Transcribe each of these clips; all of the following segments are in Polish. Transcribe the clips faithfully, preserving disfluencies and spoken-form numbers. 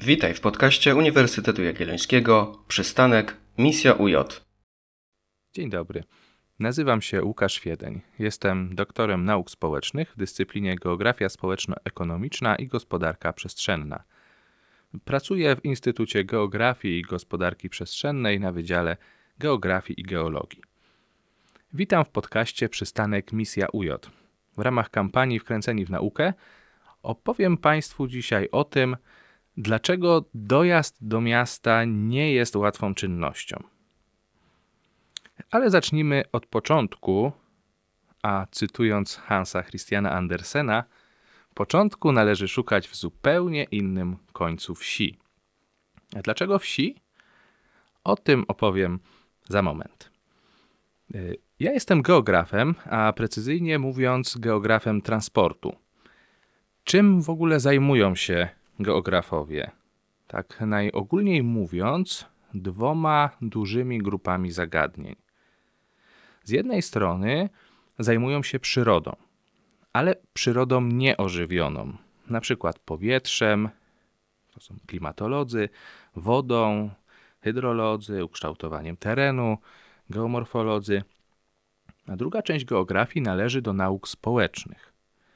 Witaj w podcaście Uniwersytetu Jagiellońskiego, Przystanek, Misja U J. Dzień dobry. Nazywam się Łukasz Wiedeń. Jestem doktorem nauk społecznych w dyscyplinie Geografia Społeczno-Ekonomiczna i Gospodarka Przestrzenna. Pracuję w Instytucie Geografii i Gospodarki Przestrzennej na Wydziale Geografii i Geologii. Witam w podcaście Przystanek Misja U J. W ramach kampanii Wkręceni w naukę opowiem Państwu dzisiaj o tym, dlaczego dojazd do miasta nie jest łatwą czynnością. Ale zacznijmy od początku, a cytując Hansa Christiana Andersena, początku należy szukać w zupełnie innym końcu wsi. A dlaczego wsi? O tym opowiem za moment. Ja jestem geografem, a precyzyjnie mówiąc geografem transportu. Czym w ogóle zajmują się geografowie? Tak najogólniej mówiąc, dwoma dużymi grupami zagadnień. Z jednej strony zajmują się przyrodą, ale przyrodą nieożywioną, na przykład powietrzem, to są klimatolodzy, wodą, hydrolodzy, ukształtowaniem terenu, geomorfolodzy. A druga część geografii należy do nauk społecznych.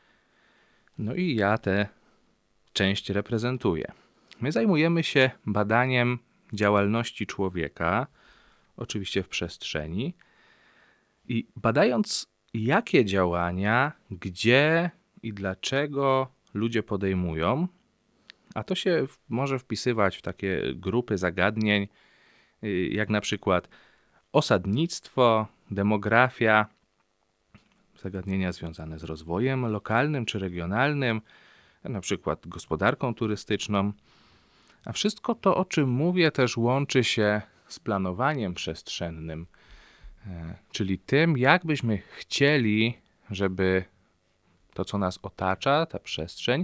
No i ja tę część reprezentuję. My zajmujemy się badaniem działalności człowieka, oczywiście w przestrzeni, i badając, jakie działania, gdzie i dlaczego ludzie podejmują, a to się może wpisywać w takie grupy zagadnień, jak na przykład osadnictwo, demografia, zagadnienia związane z rozwojem lokalnym czy regionalnym, na przykład gospodarką turystyczną. A wszystko to, o czym mówię, też łączy się z planowaniem przestrzennym, czyli tym, jak byśmy chcieli, żeby to, co nas otacza, ta przestrzeń,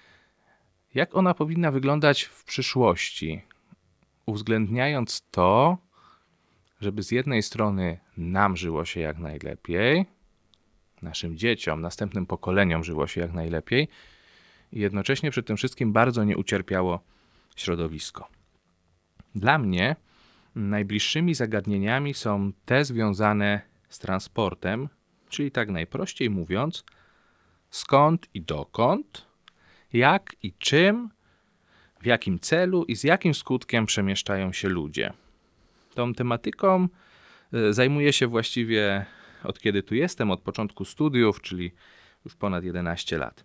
jak ona powinna wyglądać w przyszłości, uwzględniając to, żeby z jednej strony nam żyło się jak najlepiej, naszym dzieciom, następnym pokoleniom żyło się jak najlepiej i jednocześnie przy tym wszystkim bardzo nie ucierpiało środowisko. Dla mnie najbliższymi zagadnieniami są te związane z transportem, czyli tak najprościej mówiąc, skąd i dokąd, jak i czym, w jakim celu i z jakim skutkiem przemieszczają się ludzie. Tą tematyką zajmuję się właściwie od kiedy tu jestem, od początku studiów, czyli już ponad jedenaście lat.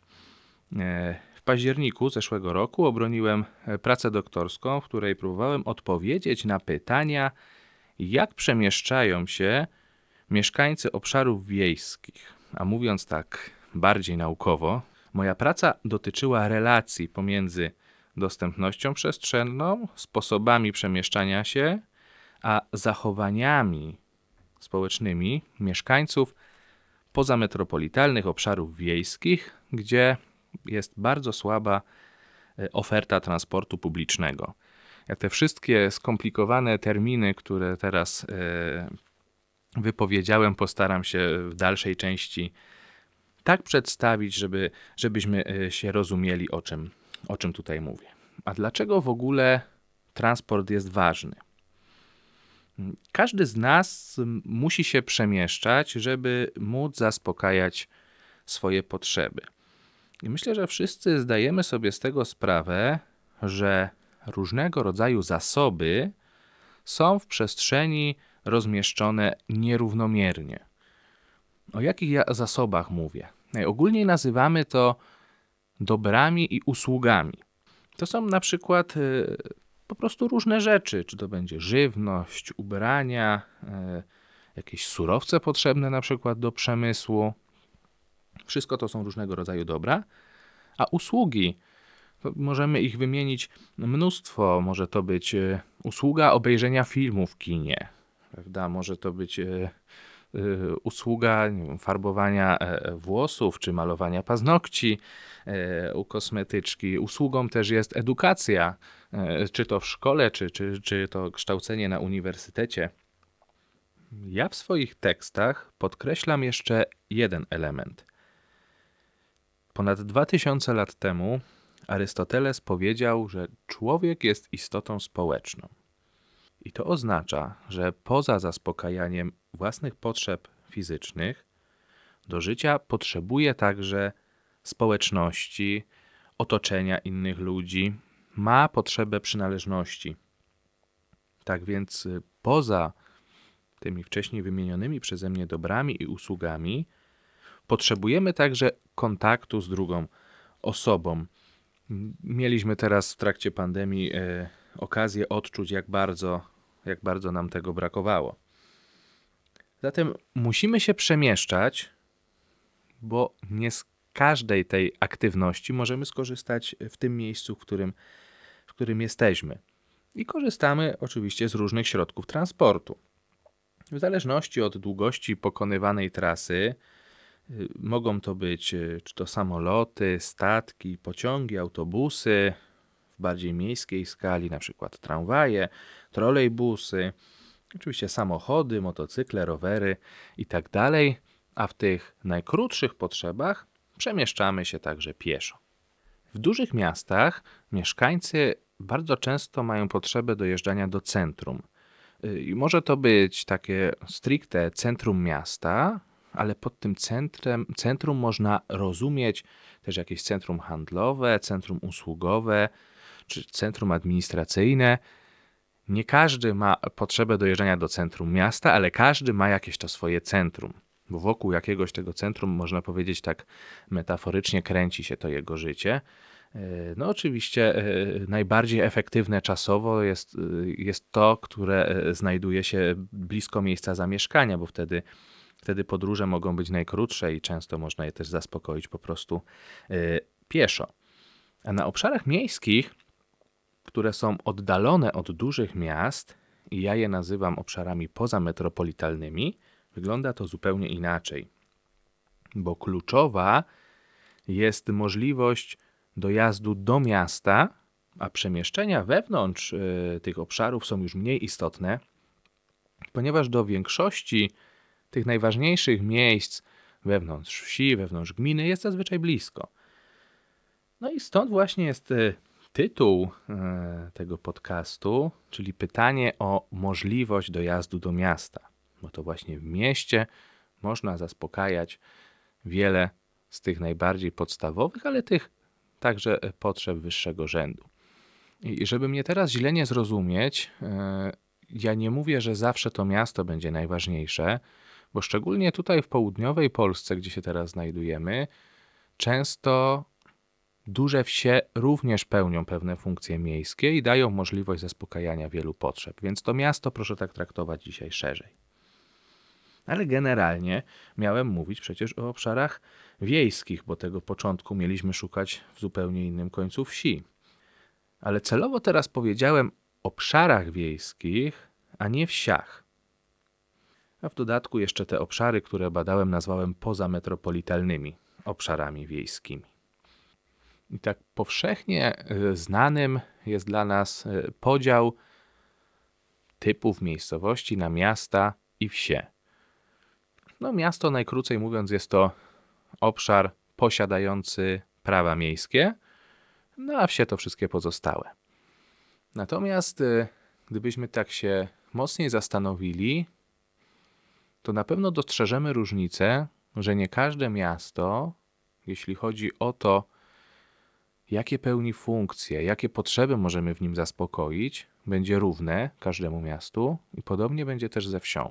W październiku zeszłego roku obroniłem pracę doktorską, w której próbowałem odpowiedzieć na pytania, jak przemieszczają się mieszkańcy obszarów wiejskich. A mówiąc tak bardziej naukowo, moja praca dotyczyła relacji pomiędzy dostępnością przestrzenną, sposobami przemieszczania się, a zachowaniami społecznymi mieszkańców pozametropolitalnych obszarów wiejskich, gdzie jest bardzo słaba oferta transportu publicznego. Ja te wszystkie skomplikowane terminy, które teraz wypowiedziałem, postaram się w dalszej części tak przedstawić, żeby, żebyśmy się rozumieli, o czym, o czym tutaj mówię. A dlaczego w ogóle transport jest ważny? Każdy z nas musi się przemieszczać, żeby móc zaspokajać swoje potrzeby. I myślę, że wszyscy zdajemy sobie z tego sprawę, że różnego rodzaju zasoby są w przestrzeni rozmieszczone nierównomiernie. O jakich ja zasobach mówię? Najogólniej nazywamy to dobrami i usługami. To są na przykład po prostu różne rzeczy, czy to będzie żywność, ubrania, jakieś surowce potrzebne na przykład do przemysłu. Wszystko to są różnego rodzaju dobra, a usługi, możemy ich wymienić mnóstwo. Może to być usługa obejrzenia filmu w kinie, prawda? Może to być usługa, nie wiem, farbowania włosów czy malowania paznokci u kosmetyczki. Usługą też jest edukacja, czy to w szkole, czy, czy, czy to kształcenie na uniwersytecie. Ja w swoich tekstach podkreślam jeszcze jeden element. Ponad dwa tysiące lat temu Arystoteles powiedział, że człowiek jest istotą społeczną. I to oznacza, że poza zaspokajaniem własnych potrzeb fizycznych, do życia potrzebuje także społeczności, otoczenia innych ludzi, ma potrzebę przynależności. Tak więc y, poza tymi wcześniej wymienionymi przeze mnie dobrami i usługami, potrzebujemy także kontaktu z drugą osobą. Mieliśmy teraz w trakcie pandemii y, okazję odczuć, jak bardzo, jak bardzo nam tego brakowało. Zatem musimy się przemieszczać, bo nie z każdej tej aktywności możemy skorzystać w tym miejscu, w którym, w którym jesteśmy. I korzystamy oczywiście z różnych środków transportu. W zależności od długości pokonywanej trasy y, mogą to być y, czy to samoloty, statki, pociągi, autobusy, w bardziej miejskiej skali, na przykład tramwaje, trolejbusy, oczywiście samochody, motocykle, rowery i tak dalej, a w tych najkrótszych potrzebach przemieszczamy się także pieszo. W dużych miastach mieszkańcy bardzo często mają potrzebę dojeżdżania do centrum. I może to być takie stricte centrum miasta, ale pod tym centrum, centrum można rozumieć też jakieś centrum handlowe, centrum usługowe czy centrum administracyjne. Nie każdy ma potrzebę dojeżdżania do centrum miasta, ale każdy ma jakieś to swoje centrum, bo wokół jakiegoś tego centrum, można powiedzieć tak metaforycznie, kręci się to jego życie. No oczywiście najbardziej efektywne czasowo jest, jest to, które znajduje się blisko miejsca zamieszkania, bo wtedy, wtedy podróże mogą być najkrótsze i często można je też zaspokoić po prostu pieszo. A na obszarach miejskich, które są oddalone od dużych miast, i ja je nazywam obszarami pozametropolitalnymi, wygląda to zupełnie inaczej, bo kluczowa jest możliwość dojazdu do miasta, a przemieszczenia wewnątrz y, tych obszarów są już mniej istotne, ponieważ do większości tych najważniejszych miejsc wewnątrz wsi, wewnątrz gminy jest zazwyczaj blisko. No i stąd właśnie jest y, tytuł y, tego podcastu, czyli pytanie o możliwość dojazdu do miasta, bo to właśnie w mieście można zaspokajać wiele z tych najbardziej podstawowych, ale tych także potrzeb wyższego rzędu. I żeby mnie teraz źle nie zrozumieć, ja nie mówię, że zawsze to miasto będzie najważniejsze, bo szczególnie tutaj w południowej Polsce, gdzie się teraz znajdujemy, często duże wsie również pełnią pewne funkcje miejskie i dają możliwość zaspokajania wielu potrzeb, więc to miasto proszę tak traktować dzisiaj szerzej. Ale generalnie miałem mówić przecież o obszarach wiejskich, bo tego początku mieliśmy szukać w zupełnie innym końcu wsi. Ale celowo teraz powiedziałem obszarach wiejskich, a nie wsiach. A w dodatku jeszcze te obszary, które badałem, nazwałem pozametropolitalnymi obszarami wiejskimi. I tak powszechnie znanym jest dla nas podział typów miejscowości na miasta i wsie. No, miasto, najkrócej mówiąc, jest to obszar posiadający prawa miejskie, no a wsie to wszystkie pozostałe. Natomiast gdybyśmy tak się mocniej zastanowili, to na pewno dostrzeżemy różnicę, że nie każde miasto, jeśli chodzi o to, jakie pełni funkcje, jakie potrzeby możemy w nim zaspokoić, będzie równe każdemu miastu i podobnie będzie też ze wsią.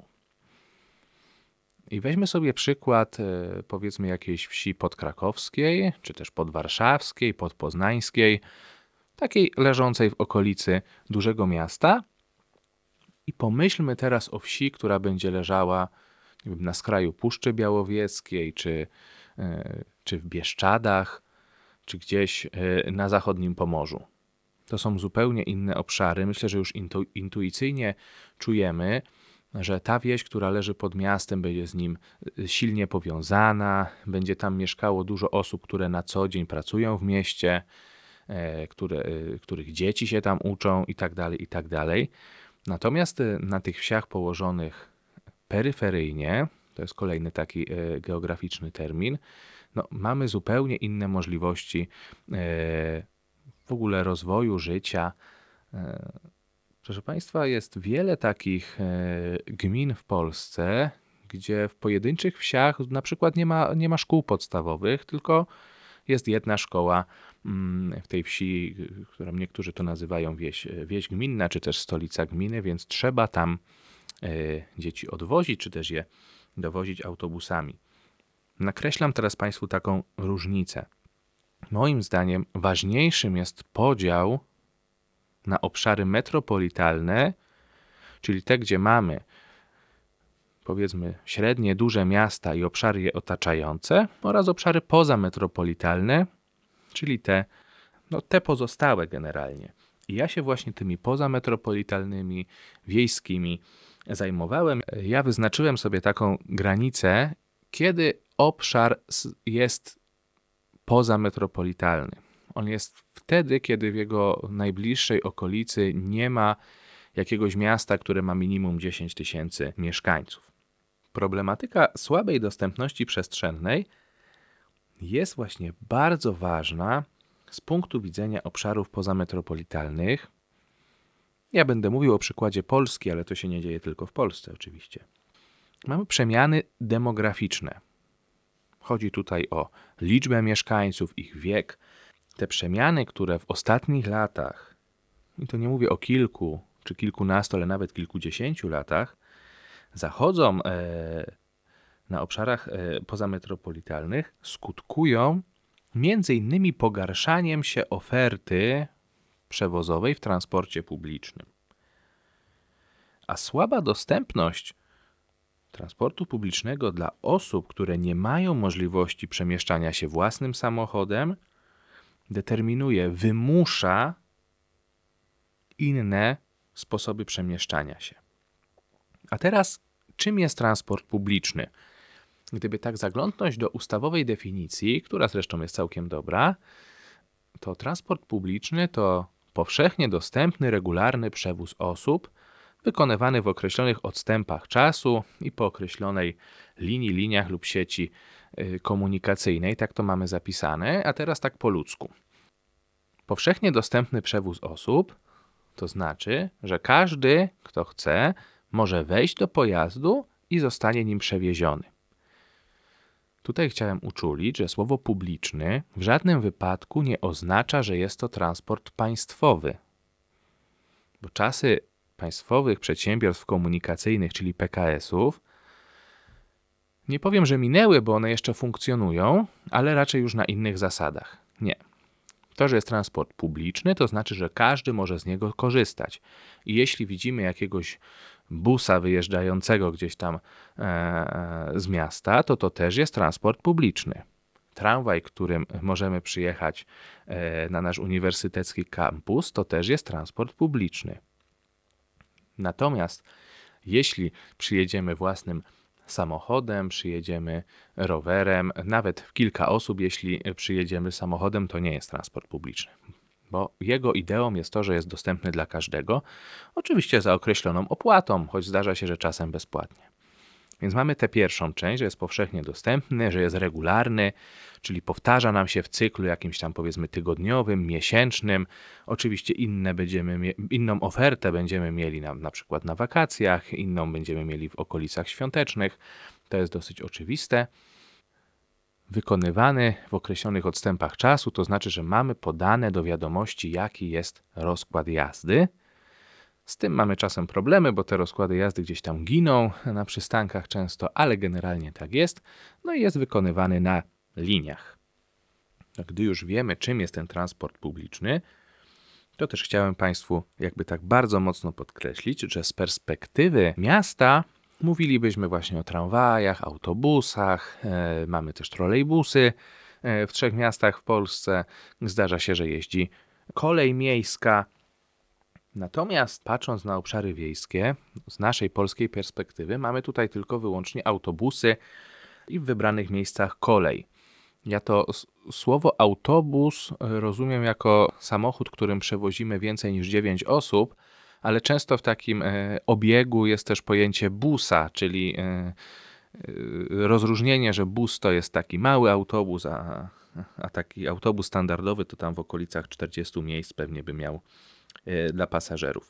I weźmy sobie przykład, powiedzmy, jakiejś wsi podkrakowskiej, czy też podwarszawskiej, podpoznańskiej, takiej leżącej w okolicy dużego miasta. I pomyślmy teraz o wsi, która będzie leżała, nie wiem, na skraju Puszczy Białowieskiej, czy, czy w Bieszczadach, czy gdzieś na zachodnim Pomorzu. To są zupełnie inne obszary. Myślę, że już intu- intuicyjnie czujemy, że ta wieś, która leży pod miastem, będzie z nim silnie powiązana, będzie tam mieszkało dużo osób, które na co dzień pracują w mieście, które, których dzieci się tam uczą i tak dalej, i tak dalej. Natomiast na tych wsiach położonych peryferyjnie, to jest kolejny taki geograficzny termin, no, mamy zupełnie inne możliwości w ogóle rozwoju życia. E, Proszę Państwa, jest wiele takich e, gmin w Polsce, gdzie w pojedynczych wsiach na przykład nie ma, nie ma szkół podstawowych, tylko jest jedna szkoła mm, w tej wsi, którą niektórzy to nazywają wieś, wieś gminna, czy też stolica gminy, więc trzeba tam e, dzieci odwozić, czy też je dowozić autobusami. Nakreślam teraz Państwu taką różnicę. Moim zdaniem ważniejszym jest podział na obszary metropolitalne, czyli te, gdzie mamy powiedzmy średnie, duże miasta i obszary je otaczające, oraz obszary pozametropolitalne, czyli te, no, te pozostałe generalnie. I ja się właśnie tymi pozametropolitalnymi, wiejskimi zajmowałem. Ja wyznaczyłem sobie taką granicę, kiedy obszar jest pozametropolitalny. On jest wtedy, kiedy w jego najbliższej okolicy nie ma jakiegoś miasta, które ma minimum dziesięć tysięcy mieszkańców. Problematyka słabej dostępności przestrzennej jest właśnie bardzo ważna z punktu widzenia obszarów pozametropolitalnych. Ja będę mówił o przykładzie Polski, ale to się nie dzieje tylko w Polsce oczywiście. Mamy przemiany demograficzne. Chodzi tutaj o liczbę mieszkańców, ich wiek. Te przemiany, które w ostatnich latach, i to nie mówię o kilku czy kilkunastu, ale nawet kilkudziesięciu latach, zachodzą e, na obszarach e, pozametropolitalnych, skutkują między innymi pogarszaniem się oferty przewozowej w transporcie publicznym. A słaba dostępność transportu publicznego dla osób, które nie mają możliwości przemieszczania się własnym samochodem, determinuje, wymusza inne sposoby przemieszczania się. A teraz, czym jest transport publiczny? Gdyby tak zaglądnąć do ustawowej definicji, która zresztą jest całkiem dobra, to transport publiczny to powszechnie dostępny, regularny przewóz osób, wykonywany w określonych odstępach czasu i po określonej linii, liniach lub sieci komunikacyjnej. Tak to mamy zapisane, a teraz tak po ludzku. Powszechnie dostępny przewóz osób to znaczy, że każdy, kto chce, może wejść do pojazdu i zostanie nim przewieziony. Tutaj chciałem uczulić, że słowo publiczny w żadnym wypadku nie oznacza, że jest to transport państwowy. Bo czasy państwowych przedsiębiorstw komunikacyjnych, czyli P K S-ów, nie powiem, że minęły, bo one jeszcze funkcjonują, ale raczej już na innych zasadach. Nie. To, że jest transport publiczny, to znaczy, że każdy może z niego korzystać. I jeśli widzimy jakiegoś busa wyjeżdżającego gdzieś tam e, z miasta, to to też jest transport publiczny. Tramwaj, którym możemy przyjechać e, na nasz uniwersytecki kampus, to też jest transport publiczny. Natomiast jeśli przyjedziemy własnym samochodem, przyjedziemy rowerem, nawet w kilka osób, jeśli przyjedziemy samochodem, to nie jest transport publiczny, bo jego ideą jest to, że jest dostępny dla każdego, oczywiście za określoną opłatą, choć zdarza się, że czasem bezpłatnie. Więc mamy tę pierwszą część, że jest powszechnie dostępny, że jest regularny, czyli powtarza nam się w cyklu jakimś tam powiedzmy tygodniowym, miesięcznym. Oczywiście inne będziemy, inną ofertę będziemy mieli na, na przykład na wakacjach, inną będziemy mieli w okolicach świątecznych. To jest dosyć oczywiste. Wykonywany w określonych odstępach czasu, to znaczy, że mamy podane do wiadomości, jaki jest rozkład jazdy. Z tym mamy czasem problemy, bo te rozkłady jazdy gdzieś tam giną na przystankach często, ale generalnie tak jest. No i jest wykonywany na liniach. Gdy już wiemy, czym jest ten transport publiczny, to też chciałem Państwu jakby tak bardzo mocno podkreślić, że z perspektywy miasta mówilibyśmy właśnie o tramwajach, autobusach, e, mamy też trolejbusy e, w trzech miastach w Polsce. Zdarza się, że jeździ kolej miejska. Natomiast patrząc na obszary wiejskie, z naszej polskiej perspektywy mamy tutaj tylko wyłącznie autobusy i w wybranych miejscach kolej. Ja to słowo autobus rozumiem jako samochód, którym przewozimy więcej niż dziewięć osób, ale często w takim obiegu jest też pojęcie busa, czyli rozróżnienie, że bus to jest taki mały autobus, a a taki autobus standardowy to tam w okolicach czterdziestu miejsc pewnie by miał y, dla pasażerów.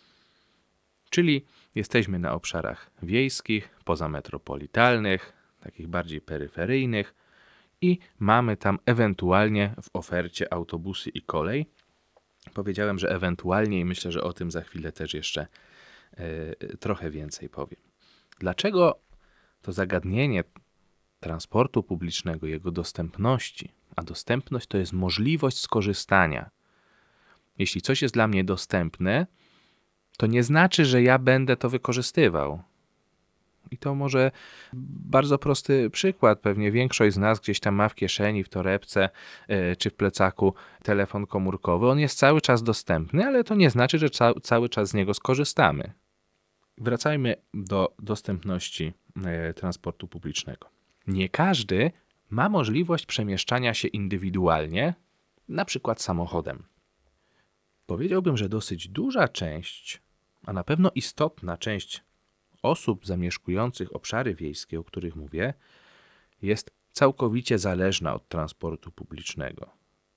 Czyli jesteśmy na obszarach wiejskich, pozametropolitalnych, takich bardziej peryferyjnych i mamy tam ewentualnie w ofercie autobusy i kolej. Powiedziałem, że ewentualnie i myślę, że o tym za chwilę też jeszcze y, trochę więcej powiem. Dlaczego to zagadnienie transportu publicznego, jego dostępności, a dostępność to jest możliwość skorzystania. Jeśli coś jest dla mnie dostępne, to nie znaczy, że ja będę to wykorzystywał. I to może bardzo prosty przykład. Pewnie większość z nas gdzieś tam ma w kieszeni, w torebce yy, czy w plecaku telefon komórkowy. On jest cały czas dostępny, ale to nie znaczy, że ca- cały czas z niego skorzystamy. Wracajmy do dostępności yy, transportu publicznego. Nie każdy ma możliwość przemieszczania się indywidualnie, na przykład samochodem. Powiedziałbym, że dosyć duża część, a na pewno istotna część osób zamieszkujących obszary wiejskie, o których mówię, jest całkowicie zależna od transportu publicznego.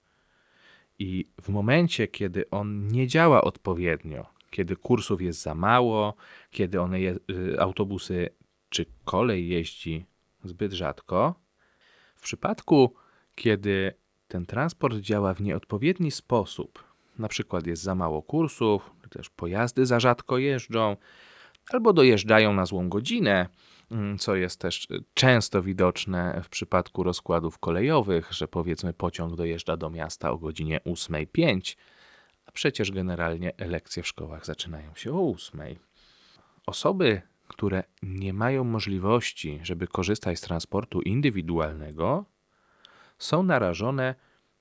I w momencie, kiedy on nie działa odpowiednio, kiedy kursów jest za mało, kiedy one je, autobusy czy kolej jeździ zbyt rzadko, w przypadku, kiedy ten transport działa w nieodpowiedni sposób, na przykład jest za mało kursów, czy też pojazdy za rzadko jeżdżą, albo dojeżdżają na złą godzinę, co jest też często widoczne w przypadku rozkładów kolejowych, że powiedzmy pociąg dojeżdża do miasta o godzinie ósma pięć, a przecież generalnie lekcje w szkołach zaczynają się o ósmej. Osoby, które nie mają możliwości, żeby korzystać z transportu indywidualnego, są narażone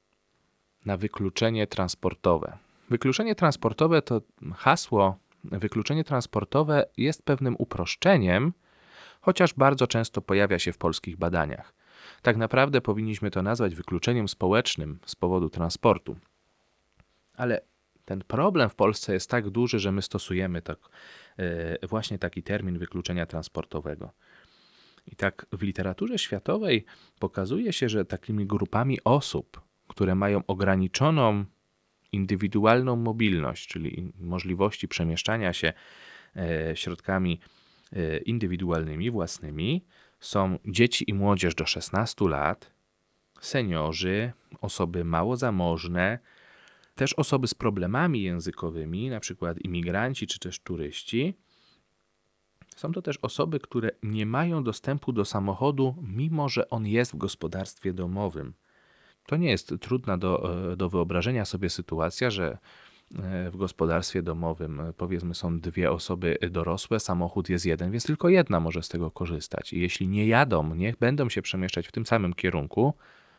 na wykluczenie transportowe. Wykluczenie transportowe to hasło, wykluczenie transportowe jest pewnym uproszczeniem, chociaż bardzo często pojawia się w polskich badaniach. Tak naprawdę powinniśmy to nazwać wykluczeniem społecznym z powodu transportu. Ale ten problem w Polsce jest tak duży, że my stosujemy tak, yy, właśnie taki termin wykluczenia transportowego. I tak w literaturze światowej pokazuje się, że takimi grupami osób, które mają ograniczoną indywidualną mobilność, czyli możliwości przemieszczania się yy, środkami yy, indywidualnymi, własnymi, są dzieci i młodzież do szesnastu lat, seniorzy, osoby mało zamożne, też osoby z problemami językowymi, na przykład imigranci czy też turyści. Są to też osoby, które nie mają dostępu do samochodu, mimo że on jest w gospodarstwie domowym. To nie jest trudna do, do wyobrażenia sobie sytuacja, że w gospodarstwie domowym powiedzmy są dwie osoby dorosłe, samochód jest jeden, więc tylko jedna może z tego korzystać. I jeśli nie jadą, nie będą się przemieszczać w tym samym kierunku,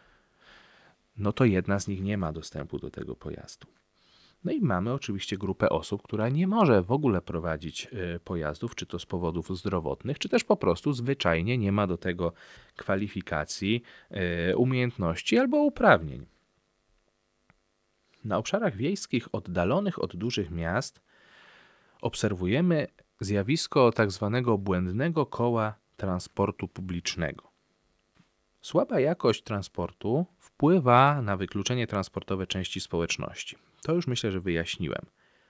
no to jedna z nich nie ma dostępu do tego pojazdu. No i mamy oczywiście grupę osób, która nie może w ogóle prowadzić pojazdów, czy to z powodów zdrowotnych, czy też po prostu zwyczajnie nie ma do tego kwalifikacji, umiejętności albo uprawnień. Na obszarach wiejskich oddalonych od dużych miast obserwujemy zjawisko tak zwanego błędnego koła transportu publicznego. Słaba jakość transportu wpływa na wykluczenie transportowe części społeczności. To już myślę, że wyjaśniłem.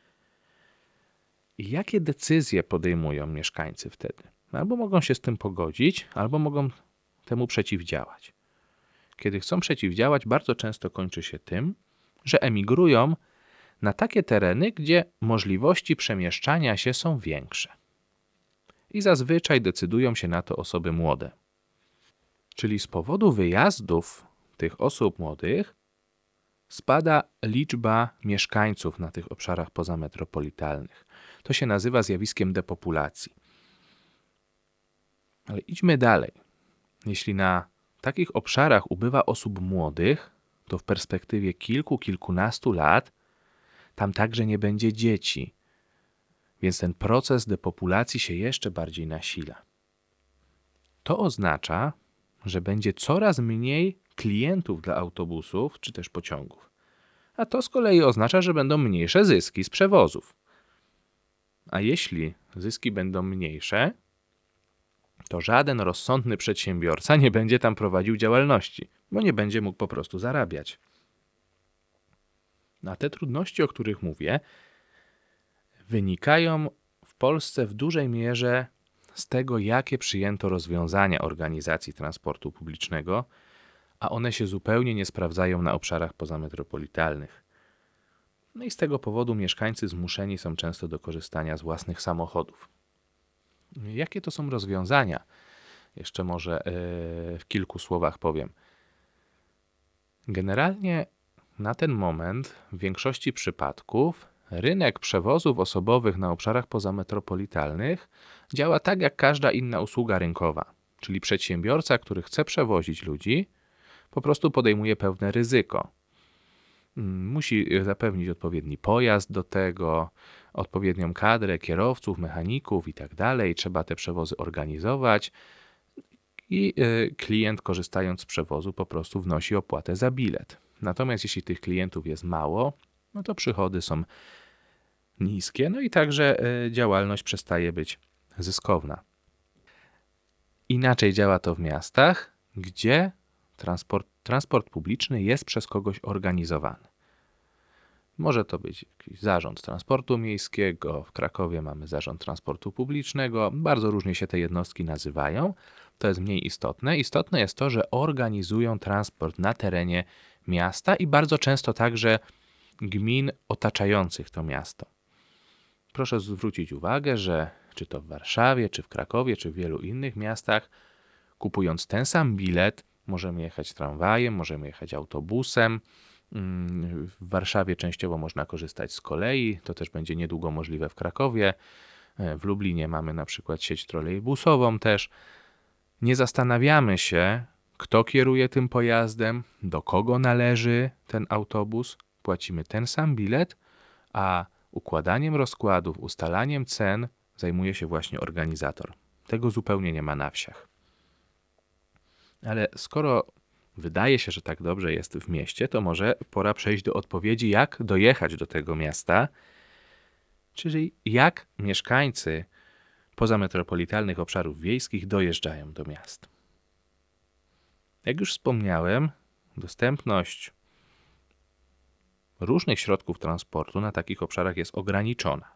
I jakie decyzje podejmują mieszkańcy wtedy? Albo mogą się z tym pogodzić, albo mogą temu przeciwdziałać. Kiedy chcą przeciwdziałać, bardzo często kończy się tym, że emigrują na takie tereny, gdzie możliwości przemieszczania się są większe. I zazwyczaj decydują się na to osoby młode. Czyli z powodu wyjazdów tych osób młodych spada liczba mieszkańców na tych obszarach pozametropolitalnych. To się nazywa zjawiskiem depopulacji. Ale idźmy dalej. Jeśli na takich obszarach ubywa osób młodych, to w perspektywie kilku, kilkunastu lat tam także nie będzie dzieci. Więc ten proces depopulacji się jeszcze bardziej nasila. To oznacza, że będzie coraz mniej klientów dla autobusów czy też pociągów. A to z kolei oznacza, że będą mniejsze zyski z przewozów. A jeśli zyski będą mniejsze, to żaden rozsądny przedsiębiorca nie będzie tam prowadził działalności, bo nie będzie mógł po prostu zarabiać. A te trudności, o których mówię, wynikają w Polsce w dużej mierze z tego, jakie przyjęto rozwiązania organizacji transportu publicznego, a one się zupełnie nie sprawdzają na obszarach pozametropolitalnych. No i z tego powodu mieszkańcy zmuszeni są często do korzystania z własnych samochodów. Jakie to są rozwiązania? Jeszcze może yy, w kilku słowach powiem. Generalnie na ten moment w większości przypadków rynek przewozów osobowych na obszarach pozametropolitalnych działa tak jak każda inna usługa rynkowa, czyli przedsiębiorca, który chce przewozić ludzi, po prostu podejmuje pewne ryzyko. Musi zapewnić odpowiedni pojazd do tego, odpowiednią kadrę kierowców, mechaników i tak dalej. Trzeba te przewozy organizować i klient, korzystając z przewozu, po prostu wnosi opłatę za bilet. Natomiast jeśli tych klientów jest mało, no to przychody są niskie, no i także działalność przestaje być zyskowna. Inaczej działa to w miastach, gdzie transport, transport publiczny jest przez kogoś organizowany. Może to być jakiś zarząd transportu miejskiego, w Krakowie mamy zarząd transportu publicznego, bardzo różnie się te jednostki nazywają, to jest mniej istotne. Istotne jest to, że organizują transport na terenie miasta i bardzo często także gmin otaczających to miasto. Proszę zwrócić uwagę, że czy to w Warszawie, czy w Krakowie, czy w wielu innych miastach, kupując ten sam bilet, możemy jechać tramwajem, możemy jechać autobusem. W Warszawie częściowo można korzystać z kolei, to też będzie niedługo możliwe w Krakowie. W Lublinie mamy na przykład sieć trolejbusową też. Nie zastanawiamy się, kto kieruje tym pojazdem, do kogo należy ten autobus. Płacimy ten sam bilet, a układaniem rozkładów, ustalaniem cen zajmuje się właśnie organizator. Tego zupełnie nie ma na wsiach. Ale skoro wydaje się, że tak dobrze jest w mieście, to może pora przejść do odpowiedzi, jak dojechać do tego miasta, czyli jak mieszkańcy pozametropolitalnych obszarów wiejskich dojeżdżają do miast. Jak już wspomniałem, dostępność różnych środków transportu na takich obszarach jest ograniczona.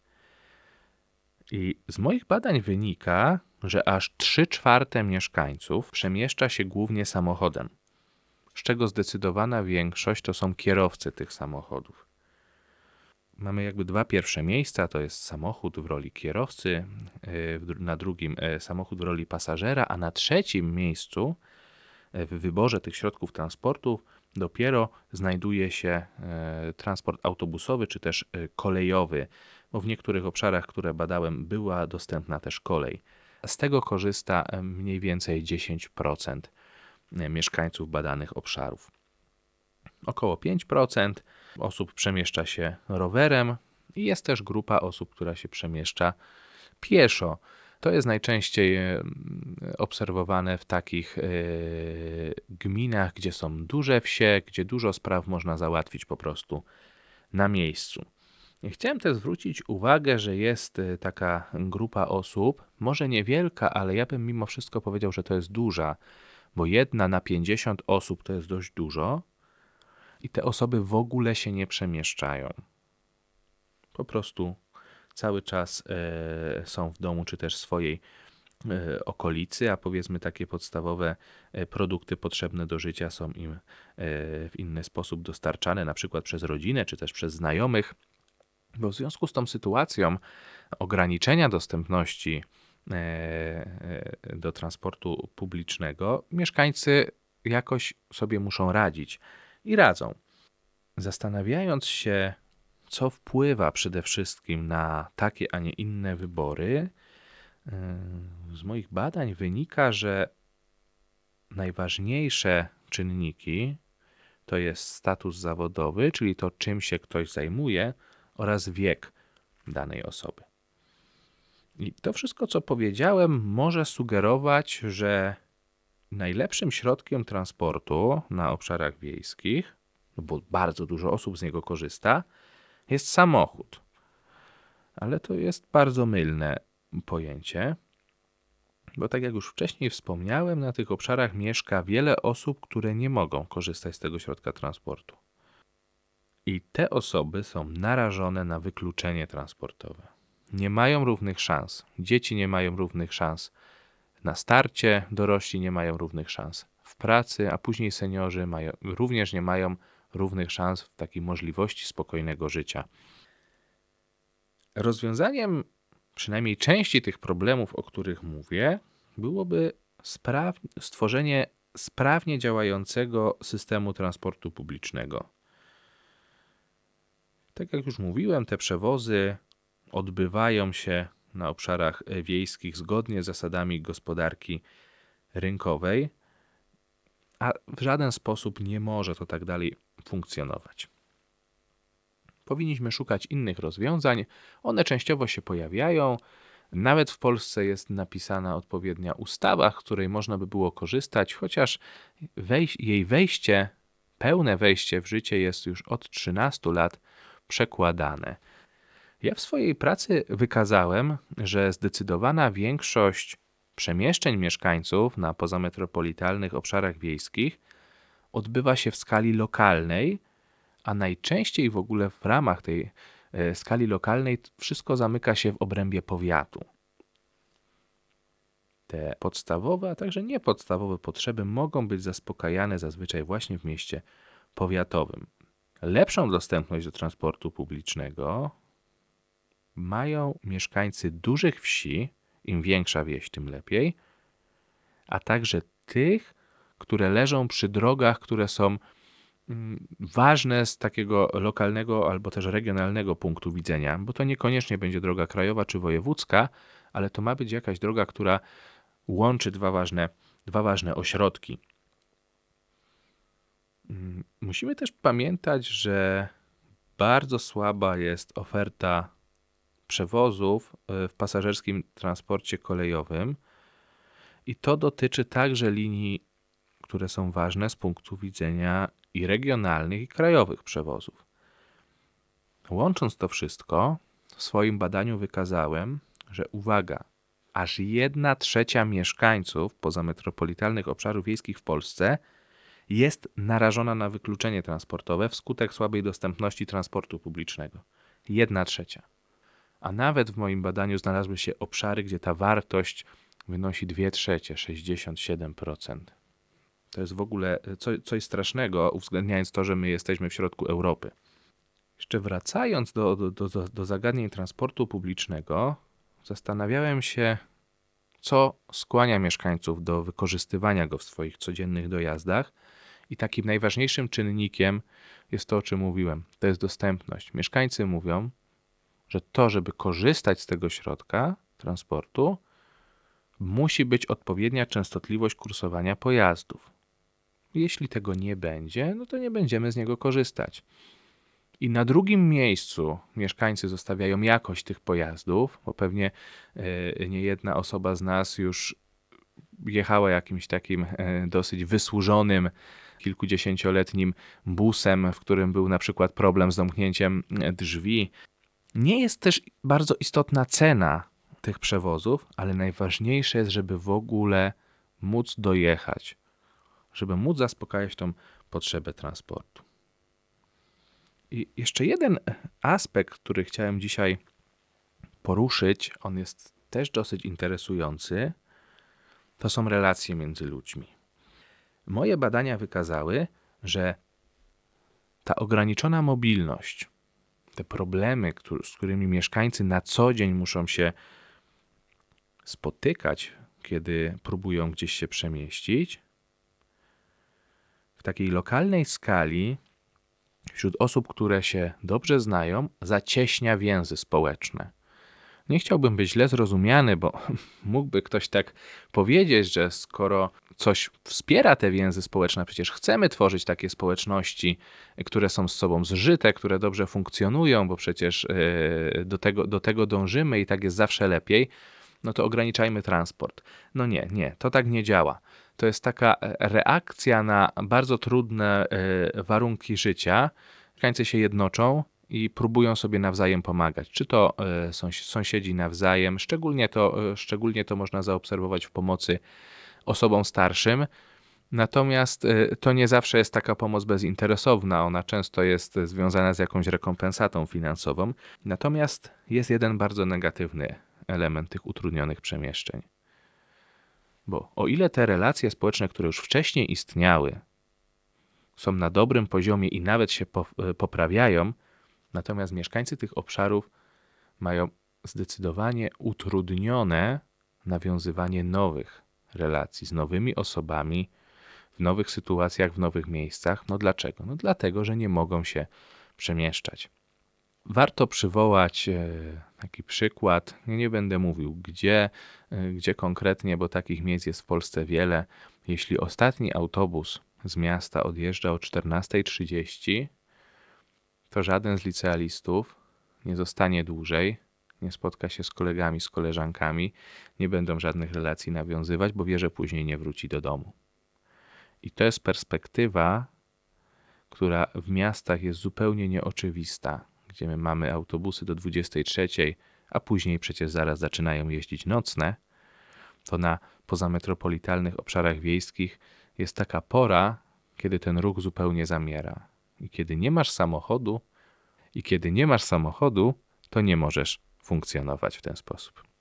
I z moich badań wynika, że aż trzy czwarte mieszkańców przemieszcza się głównie samochodem, z czego zdecydowana większość to są kierowcy tych samochodów. Mamy jakby dwa pierwsze miejsca, to jest samochód w roli kierowcy, na drugim samochód w roli pasażera, a na trzecim miejscu w wyborze tych środków transportu dopiero znajduje się transport autobusowy czy też kolejowy, bo w niektórych obszarach, które badałem, była dostępna też kolej. Z tego korzysta mniej więcej dziesięć procent mieszkańców badanych obszarów. Około pięć procent osób przemieszcza się rowerem i jest też grupa osób, która się przemieszcza pieszo. To jest najczęściej obserwowane w takich gminach, gdzie są duże wsie, gdzie dużo spraw można załatwić po prostu na miejscu. Chciałem też zwrócić uwagę, że jest taka grupa osób, może niewielka, ale ja bym mimo wszystko powiedział, że to jest duża, bo jedna na pięćdziesiąt osób to jest dość dużo i te osoby w ogóle się nie przemieszczają. Po prostu cały czas e, są w domu czy też swojej e, okolicy, a powiedzmy takie podstawowe e, produkty potrzebne do życia są im e, w inny sposób dostarczane, na przykład przez rodzinę czy też przez znajomych. Bo w związku z tą sytuacją ograniczenia dostępności do transportu publicznego mieszkańcy jakoś sobie muszą radzić i radzą. Zastanawiając się, co wpływa przede wszystkim na takie, a nie inne wybory, z moich badań wynika, że najważniejsze czynniki to jest status zawodowy, czyli to, czym się ktoś zajmuje, oraz wiek danej osoby. I to wszystko, co powiedziałem, może sugerować, że najlepszym środkiem transportu na obszarach wiejskich, no bo bardzo dużo osób z niego korzysta, jest samochód. Ale to jest bardzo mylne pojęcie, Bo tak jak już wcześniej wspomniałem, na tych obszarach mieszka wiele osób, które nie mogą korzystać z tego środka transportu. I te osoby są narażone na wykluczenie transportowe. Nie mają równych szans. Dzieci nie mają równych szans. Na starcie dorośli nie mają równych szans. W pracy, a później seniorzy mają, również nie mają równych szans w takiej możliwości spokojnego życia. Rozwiązaniem przynajmniej części tych problemów, o których mówię, byłoby spraw- stworzenie sprawnie działającego systemu transportu publicznego. Tak jak już mówiłem, te przewozy odbywają się na obszarach wiejskich zgodnie z zasadami gospodarki rynkowej, a w żaden sposób nie może to tak dalej funkcjonować. Powinniśmy szukać innych rozwiązań. One częściowo się pojawiają. Nawet w Polsce jest napisana odpowiednia ustawa, z której można by było korzystać, chociaż wejś- jej wejście, pełne wejście w życie jest już od trzynastu lat przekładane. Ja w swojej pracy wykazałem, że zdecydowana większość przemieszczeń mieszkańców na pozametropolitalnych obszarach wiejskich odbywa się w skali lokalnej, a najczęściej w ogóle w ramach tej e, skali lokalnej wszystko zamyka się w obrębie powiatu. Te podstawowe, a także niepodstawowe potrzeby mogą być zaspokajane zazwyczaj właśnie w mieście powiatowym. Lepszą dostępność do transportu publicznego mają mieszkańcy dużych wsi, im większa wieś, tym lepiej, a także tych, które leżą przy drogach, które są ważne z takiego lokalnego albo też regionalnego punktu widzenia, bo to niekoniecznie będzie droga krajowa czy wojewódzka, ale to ma być jakaś droga, która łączy dwa ważne, dwa ważne ośrodki. Musimy też pamiętać, że bardzo słaba jest oferta przewozów w pasażerskim transporcie kolejowym i to dotyczy także linii, które są ważne z punktu widzenia i regionalnych, i krajowych przewozów. Łącząc to wszystko, w swoim badaniu wykazałem, że uwaga, aż jedna trzecia mieszkańców pozametropolitalnych obszarów wiejskich w Polsce jest narażona na wykluczenie transportowe wskutek słabej dostępności transportu publicznego. Jedna trzecia. A nawet w moim badaniu znalazły się obszary, gdzie ta wartość wynosi dwie trzecie, sześćdziesiąt siedem procent. To jest w ogóle coś strasznego, uwzględniając to, że my jesteśmy w środku Europy. Jeszcze wracając do, do, do, do zagadnień transportu publicznego, zastanawiałem się, co skłania mieszkańców do wykorzystywania go w swoich codziennych dojazdach. I takim najważniejszym czynnikiem jest to, o czym mówiłem. To jest dostępność. Mieszkańcy mówią, że to, żeby korzystać z tego środka transportu, musi być odpowiednia częstotliwość kursowania pojazdów. Jeśli tego nie będzie, no to nie będziemy z niego korzystać. I na drugim miejscu mieszkańcy zostawiają jakość tych pojazdów, bo pewnie yy, niejedna osoba z nas już jechała jakimś takim yy, dosyć wysłużonym, kilkudziesięcioletnim busem, w którym był na przykład problem z zamknięciem drzwi. Nie jest też bardzo istotna cena tych przewozów, ale najważniejsze jest, żeby w ogóle móc dojechać, żeby móc zaspokajać tą potrzebę transportu. I jeszcze jeden aspekt, który chciałem dzisiaj poruszyć, on jest też dosyć interesujący, to są relacje między ludźmi. Moje badania wykazały, że ta ograniczona mobilność, te problemy, z którymi mieszkańcy na co dzień muszą się spotykać, kiedy próbują gdzieś się przemieścić, w takiej lokalnej skali wśród osób, które się dobrze znają, zacieśnia więzy społeczne. Nie chciałbym być źle zrozumiany, bo mógłby ktoś tak powiedzieć, że skoro coś wspiera te więzy społeczne, przecież chcemy tworzyć takie społeczności, które są z sobą zżyte, które dobrze funkcjonują, bo przecież do tego, do tego dążymy i tak jest zawsze lepiej, no to ograniczajmy transport. No nie, nie, to tak nie działa. To jest taka reakcja na bardzo trudne warunki życia. Mieszkańcy się jednoczą i próbują sobie nawzajem pomagać. Czy to e, sąs- sąsiedzi nawzajem, szczególnie to, e, szczególnie to można zaobserwować w pomocy osobom starszym. Natomiast e, to nie zawsze jest taka pomoc bezinteresowna, ona często jest e, związana z jakąś rekompensatą finansową. Natomiast jest jeden bardzo negatywny element tych utrudnionych przemieszczeń. Bo o ile te relacje społeczne, które już wcześniej istniały, są na dobrym poziomie i nawet się po- poprawiają, natomiast mieszkańcy tych obszarów mają zdecydowanie utrudnione nawiązywanie nowych relacji z nowymi osobami, w nowych sytuacjach, w nowych miejscach. No dlaczego? No dlatego, że nie mogą się przemieszczać. Warto przywołać e, taki przykład, nie, nie będę mówił gdzie, e, gdzie konkretnie, bo takich miejsc jest w Polsce wiele. Jeśli ostatni autobus z miasta odjeżdża o czternasta trzydzieści, to żaden z licealistów nie zostanie dłużej, nie spotka się z kolegami, z koleżankami, nie będą żadnych relacji nawiązywać, bo wie, że później nie wróci do domu. I to jest perspektywa, która w miastach jest zupełnie nieoczywista, gdzie my mamy autobusy do dwudziestej trzeciej, a później przecież zaraz zaczynają jeździć nocne, to na pozametropolitalnych obszarach wiejskich jest taka pora, kiedy ten ruch zupełnie zamiera. I kiedy nie masz samochodu, i kiedy nie masz samochodu, to nie możesz funkcjonować w ten sposób.